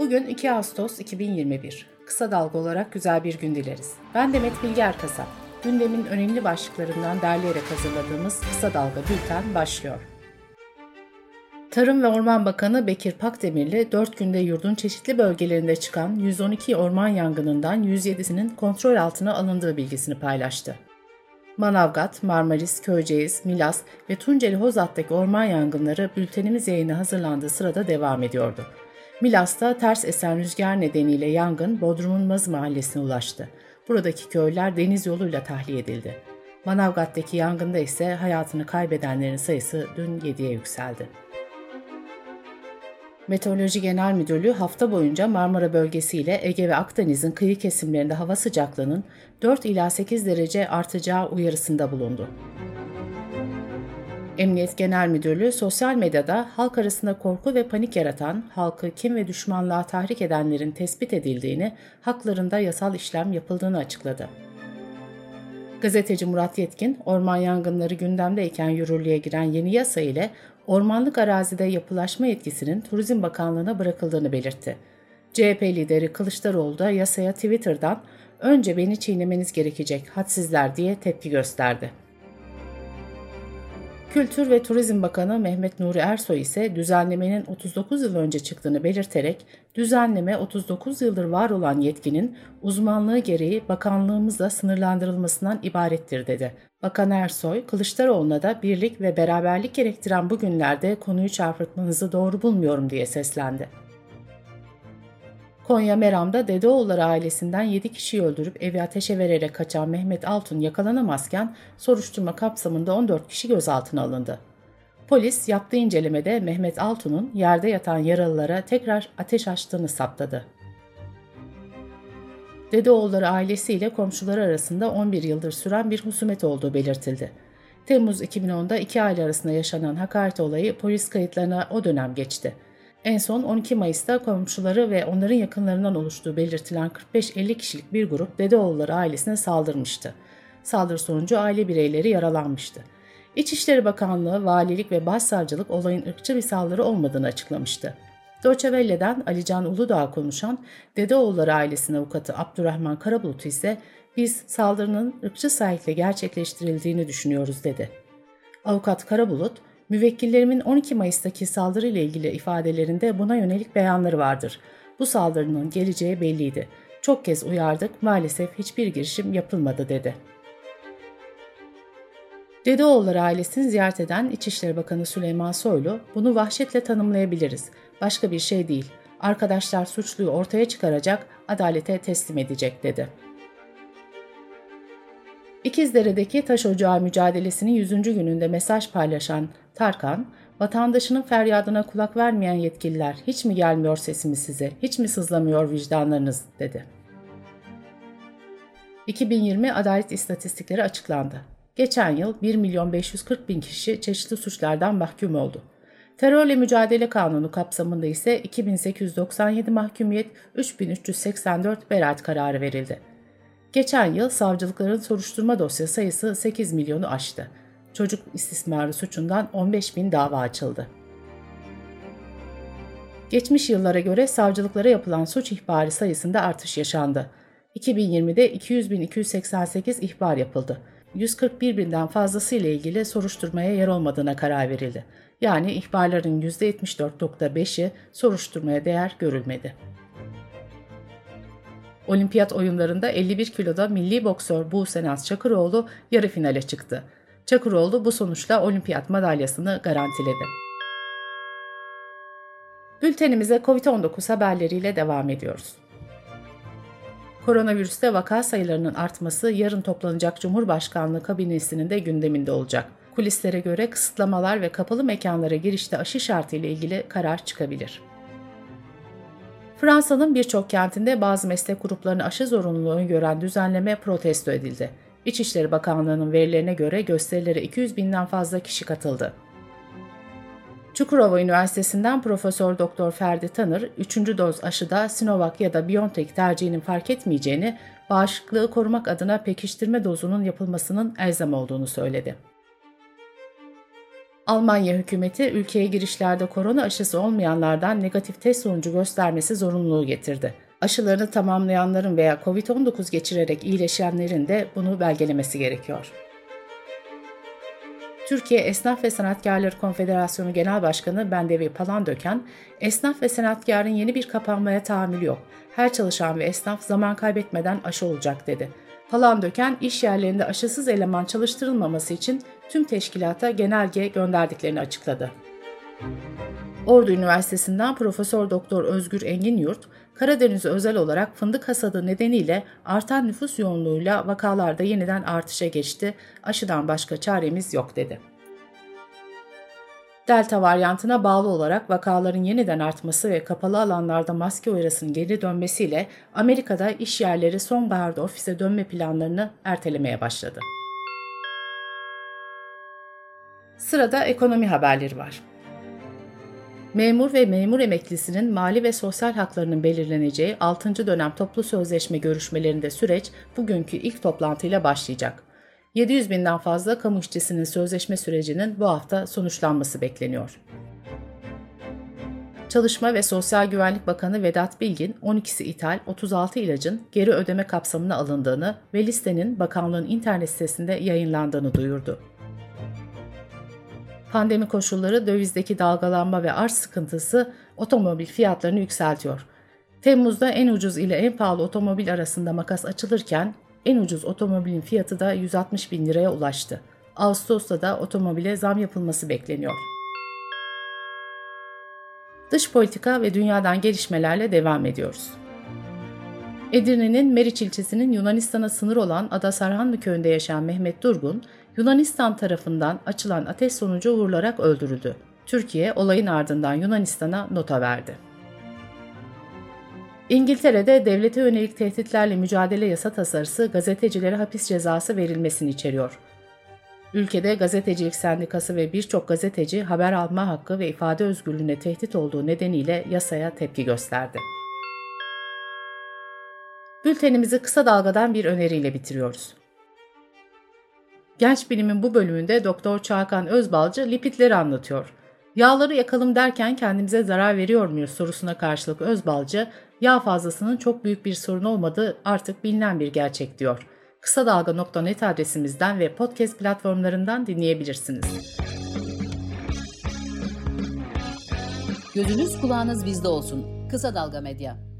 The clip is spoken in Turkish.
Bugün 2 Ağustos 2021. Kısa Dalga olarak güzel bir gün dileriz. Ben Demet Bilge Erkasap. Gündemin önemli başlıklarından derleyerek hazırladığımız Kısa Dalga Bülten başlıyor. Tarım ve Orman Bakanı Bekir Pakdemirli 4 günde yurdun çeşitli bölgelerinde çıkan 112 orman yangınından 107'sinin kontrol altına alındığı bilgisini paylaştı. Manavgat, Marmaris, Köyceğiz, Milas ve Tunceli Hozat'taki orman yangınları bültenimiz yayına hazırlandığı sırada devam ediyordu. Milas'ta ters esen rüzgar nedeniyle yangın Bodrum'un Mazı mahallesine ulaştı. Buradaki köylüler deniz yoluyla tahliye edildi. Manavgat'taki yangında ise hayatını kaybedenlerin sayısı dün 7'ye yükseldi. Meteoroloji Genel Müdürlüğü hafta boyunca Marmara bölgesi ile Ege ve Akdeniz'in kıyı kesimlerinde hava sıcaklığının 4 ila 8 derece artacağı uyarısında bulundu. Emniyet Genel Müdürlüğü sosyal medyada halk arasında korku ve panik yaratan, halkı kin ve düşmanlığa tahrik edenlerin tespit edildiğini, haklarında yasal işlem yapıldığını açıkladı. Gazeteci Murat Yetkin, orman yangınları gündemdeyken yürürlüğe giren yeni yasa ile ormanlık arazide yapılaşma yetkisinin Turizm Bakanlığı'na bırakıldığını belirtti. CHP lideri Kılıçdaroğlu da yasaya Twitter'dan "Önce beni çiğnemeniz gerekecek, hadsizler" diye tepki gösterdi. Kültür ve Turizm Bakanı Mehmet Nuri Ersoy ise düzenlemenin 39 yıl önce çıktığını belirterek, düzenleme 39 yıldır var olan yetkinin uzmanlığı gereği bakanlığımızla sınırlandırılmasından ibarettir dedi. Bakan Ersoy, Kılıçdaroğlu'na da birlik ve beraberlik gerektiren bu günlerde konuyu çarpıtmanızı doğru bulmuyorum diye seslendi. Konya Meram'da Dedeoğulları ailesinden 7 kişiyi öldürüp evi ateşe vererek kaçan Mehmet Altun yakalanamazken soruşturma kapsamında 14 kişi gözaltına alındı. Polis yaptığı incelemede Mehmet Altun'un yerde yatan yaralılara tekrar ateş açtığını saptadı. Dedeoğulları ailesiyle komşuları arasında 11 yıldır süren bir husumet olduğu belirtildi. Temmuz 2010'da iki aile arasında yaşanan hakaret olayı polis kayıtlarına o dönem geçti. En son 12 Mayıs'ta komşuları ve onların yakınlarından oluştuğu belirtilen 45-50 kişilik bir grup Dedeoğulları ailesine saldırmıştı. Saldırı sonucu aile bireyleri yaralanmıştı. İçişleri Bakanlığı, Valilik ve Başsavcılık olayın ırkçı bir saldırı olmadığını açıklamıştı. Deutsche Welle'den Alican Uludağ konuşan Dedeoğulları ailesinin avukatı Abdurrahman Karabulut ise "Biz saldırının ırkçı saikle gerçekleştirildiğini düşünüyoruz" dedi. Avukat Karabulut, "Müvekkillerimin 12 Mayıs'taki saldırıyla ilgili ifadelerinde buna yönelik beyanları vardır. Bu saldırının geleceği belliydi. Çok kez uyardık, maalesef hiçbir girişim yapılmadı" dedi. Dedeoğulları ailesini ziyaret eden İçişleri Bakanı Süleyman Soylu, "Bunu vahşetle tanımlayabiliriz. Başka bir şey değil. Arkadaşlar suçluyu ortaya çıkaracak, adalete teslim edecek" dedi. İkizdere'deki taş ocağı mücadelesinin 100. gününde mesaj paylaşan Tarkan, "Vatandaşının feryadına kulak vermeyen yetkililer, hiç mi gelmiyor sesimiz size, hiç mi sızlamıyor vicdanlarınız?" dedi. 2020 adalet istatistikleri açıklandı. Geçen yıl 1.540.000 kişi çeşitli suçlardan mahkum oldu. Terörle mücadele kanunu kapsamında ise 2.897 mahkumiyet, 3.384 beraat kararı verildi. Geçen yıl savcılıkların soruşturma dosya sayısı 8 milyonu aştı. Çocuk istismarı suçundan 15.000 dava açıldı. Geçmiş yıllara göre savcılıklara yapılan suç ihbarı sayısında artış yaşandı. 2020'de 200.288 ihbar yapıldı. 141.000'den fazlası ile ilgili soruşturmaya yer olmadığına karar verildi. Yani ihbarların %74.5'i soruşturmaya değer görülmedi. Olimpiyat oyunlarında 51 kiloda milli boksör Buse Naz Çakıroğlu yarı finale çıktı. Çakıroğlu bu sonuçla olimpiyat madalyasını garantiledi. Bültenimize COVID-19 haberleriyle devam ediyoruz. Koronavirüste vaka sayılarının artması yarın toplanacak Cumhurbaşkanlığı kabinesinin de gündeminde olacak. Kulislere göre kısıtlamalar ve kapalı mekanlara girişte aşı şartı ile ilgili karar çıkabilir. Fransa'nın birçok kentinde bazı meslek gruplarını aşı zorunluluğu öngören düzenleme protesto edildi. İçişleri Bakanlığı'nın verilerine göre gösterilere 200.000'den fazla kişi katıldı. Çukurova Üniversitesi'nden Profesör Doktor Ferdi Tanır, 3. doz aşıda Sinovac ya da BioNTech tercihinin fark etmeyeceğini, bağışıklığı korumak adına pekiştirme dozunun yapılmasının elzem olduğunu söyledi. Almanya hükümeti ülkeye girişlerde korona aşısı olmayanlardan negatif test sonucu göstermesi zorunluluğu getirdi. Aşılarını tamamlayanların veya COVID-19 geçirerek iyileşenlerin de bunu belgelemesi gerekiyor. Türkiye Esnaf ve Sanatkarları Konfederasyonu Genel Başkanı Bendevi Palandöken, esnaf ve sanatkarın yeni bir kapanmaya tahammülü yok. Her çalışan ve esnaf zaman kaybetmeden aşı olacak dedi. Palandöken, iş yerlerinde aşısız eleman çalıştırılmaması için tüm teşkilata genelge gönderdiklerini açıkladı. Ordu Üniversitesi'nden Profesör Doktor Özgür Enginyurt, Karadeniz'e özel olarak fındık hasadı nedeniyle artan nüfus yoğunluğuyla vakalarda yeniden artışa geçti, aşıdan başka çaremiz yok dedi. Delta varyantına bağlı olarak vakaların yeniden artması ve kapalı alanlarda maske uyarısının geri dönmesiyle Amerika'da iş yerleri sonbaharda ofise dönme planlarını ertelemeye başladı. Sırada ekonomi haberleri var. Memur ve memur emeklisinin mali ve sosyal haklarının belirleneceği 6. dönem toplu sözleşme görüşmelerinde süreç bugünkü ilk toplantıyla başlayacak. 700 binden fazla kamu işçisinin sözleşme sürecinin bu hafta sonuçlanması bekleniyor. Çalışma ve Sosyal Güvenlik Bakanı Vedat Bilgin, 12'si ithal 36 ilacın geri ödeme kapsamına alındığını ve listenin bakanlığın internet sitesinde yayınlandığını duyurdu. Pandemi koşulları, dövizdeki dalgalanma ve arz sıkıntısı otomobil fiyatlarını yükseltiyor. Temmuz'da en ucuz ile en pahalı otomobil arasında makas açılırken en ucuz otomobilin fiyatı da 160 bin liraya ulaştı. Ağustos'ta da otomobile zam yapılması bekleniyor. Dış politika ve dünyadan gelişmelerle devam ediyoruz. Edirne'nin Meriç ilçesinin Yunanistan'a sınır olan Ada Sarhanlı köyünde yaşayan Mehmet Durgun, Yunanistan tarafından açılan ateş sonucu vurularak öldürüldü. Türkiye olayın ardından Yunanistan'a nota verdi. İngiltere'de devlete yönelik tehditlerle mücadele yasa tasarısı gazetecilere hapis cezası verilmesini içeriyor. Ülkede gazetecilik sendikası ve birçok gazeteci haber alma hakkı ve ifade özgürlüğüne tehdit olduğu nedeniyle yasaya tepki gösterdi. Bültenimizi kısa dalgadan bir öneriyle bitiriyoruz. Genç Bilim'in bu bölümünde Doktor Çağkan Özbalcı lipidleri anlatıyor. Yağları yakalım derken kendimize zarar veriyor muyuz sorusuna karşılık Özbalcı, yağ fazlasının çok büyük bir sorun olmadığı artık bilinen bir gerçek diyor. Kısadalga.net adresimizden ve podcast platformlarından dinleyebilirsiniz. Gözünüz kulağınız bizde olsun. Kısa Dalga Medya.